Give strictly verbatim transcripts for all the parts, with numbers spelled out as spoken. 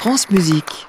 France Musique.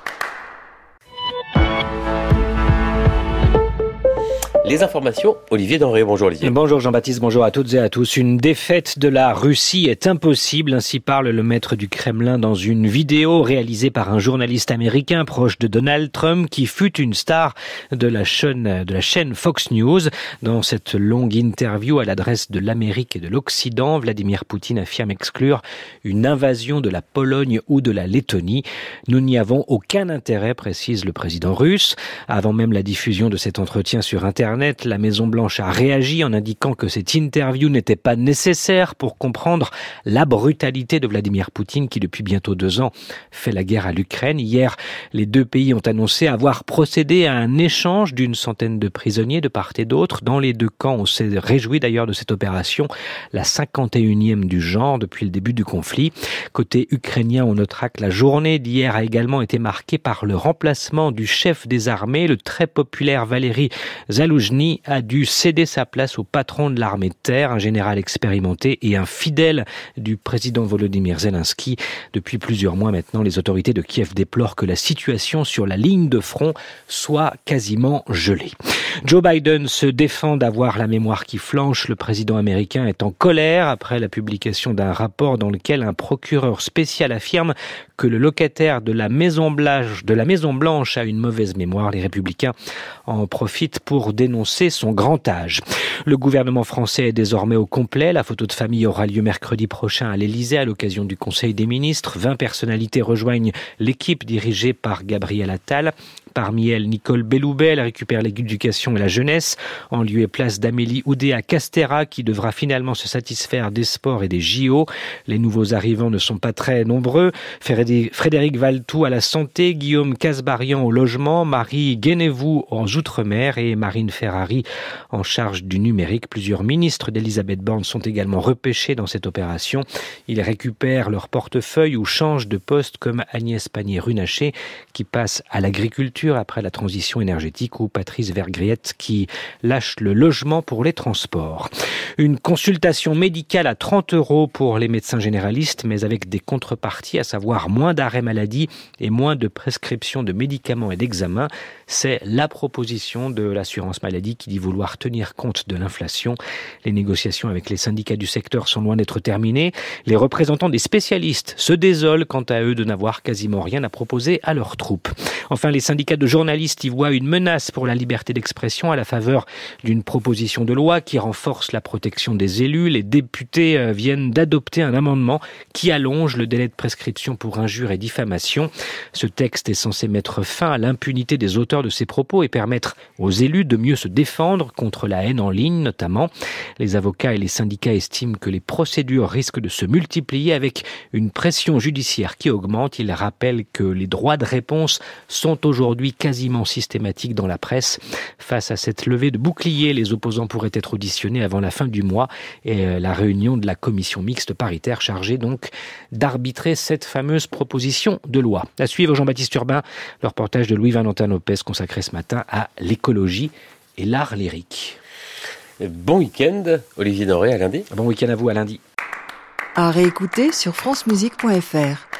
Les informations, Olivier Denré. Bonjour Olivier. Bonjour Jean-Baptiste, bonjour à toutes et à tous. Une défaite de la Russie est impossible, ainsi parle le maître du Kremlin dans une vidéo réalisée par un journaliste américain proche de Donald Trump qui fut une star de la chaîne, de la chaîne Fox News. Dans cette longue interview à l'adresse de l'Amérique et de l'Occident, Vladimir Poutine affirme exclure une invasion de la Pologne ou de la Lettonie. Nous n'y avons aucun intérêt, précise le président russe. Avant même la diffusion de cet entretien sur Internet, la Maison-Blanche a réagi en indiquant que cette interview n'était pas nécessaire pour comprendre la brutalité de Vladimir Poutine qui, depuis bientôt deux ans, fait la guerre à l'Ukraine. Hier, les deux pays ont annoncé avoir procédé à un échange d'une centaine de prisonniers de part et d'autre. Dans les deux camps, on s'est réjoui d'ailleurs de cette opération, la cinquante et unième du genre depuis le début du conflit. Côté ukrainien, on notera que la journée d'hier a également été marquée par le remplacement du chef des armées, le très populaire Valéry Zaloujny a dû céder sa place au patron de l'armée de terre, un général expérimenté et un fidèle du président Volodymyr Zelensky. Depuis plusieurs mois maintenant, les autorités de Kiev déplorent que la situation sur la ligne de front soit quasiment gelée. Joe Biden se défend d'avoir la mémoire qui flanche. Le président américain est en colère après la publication d'un rapport dans lequel un procureur spécial affirme que le locataire de la Maison Blanche, de la Maison Blanche a une mauvaise mémoire. Les républicains en profitent pour dénoncer son grand âge. Le gouvernement français est désormais au complet. La photo de famille aura lieu mercredi prochain à l'Élysée à l'occasion du Conseil des ministres. vingt personnalités rejoignent l'équipe dirigée par Gabriel Attal. Parmi elles, Nicole Belloubet, elle récupère l'éducation et la jeunesse, en lieu et place d'Amélie Oudéa-Castéra, qui devra finalement se satisfaire des sports et des J O. Les nouveaux arrivants ne sont pas très nombreux. Frédéric Valtou à la santé, Guillaume Casbarian au logement, Marie Guénévou aux outre-mer et Marine Ferrari en charge du numérique. Plusieurs ministres d'Elisabeth Borne sont également repêchés dans cette opération. Ils récupèrent leur portefeuille ou changent de poste, comme Agnès Pannier-Runacher, qui passe à l'agriculture après la transition énergétique, ou Patrice Vergriette qui lâche le logement pour les transports. Une consultation médicale à trente euros pour les médecins généralistes, mais avec des contreparties, à savoir moins d'arrêts maladie et moins de prescriptions de médicaments et d'examens. C'est la proposition de l'assurance maladie qui dit vouloir tenir compte de l'inflation. Les négociations avec les syndicats du secteur sont loin d'être terminées. Les représentants des spécialistes se désolent quant à eux de n'avoir quasiment rien à proposer à leurs troupes. Enfin, les syndicats de journalistes y voient une menace pour la liberté d'expression à la faveur d'une proposition de loi qui renforce la protection des élus. Les députés viennent d'adopter un amendement qui allonge le délai de prescription pour injures et diffamation. Ce texte est censé mettre fin à l'impunité des auteurs de ces propos et permettre aux élus de mieux se défendre contre la haine en ligne notamment. Les avocats et les syndicats estiment que les procédures risquent de se multiplier avec une pression judiciaire qui augmente. Ils rappellent que les droits de réponse sont aujourd'hui quasiment systématiques dans la presse. Face à cette levée de boucliers, les opposants pourraient être auditionnés avant la fin du mois et la réunion de la commission mixte paritaire chargée donc d'arbitrer cette fameuse proposition de loi. À suivre, Jean-Baptiste Urbain, le reportage de Louis-Valentin Lopez consacré ce matin à l'écologie et l'art lyrique. Bon week-end, Olivier Denré, à lundi. Bon week-end à vous, à lundi. À réécouter sur francemusique point f r.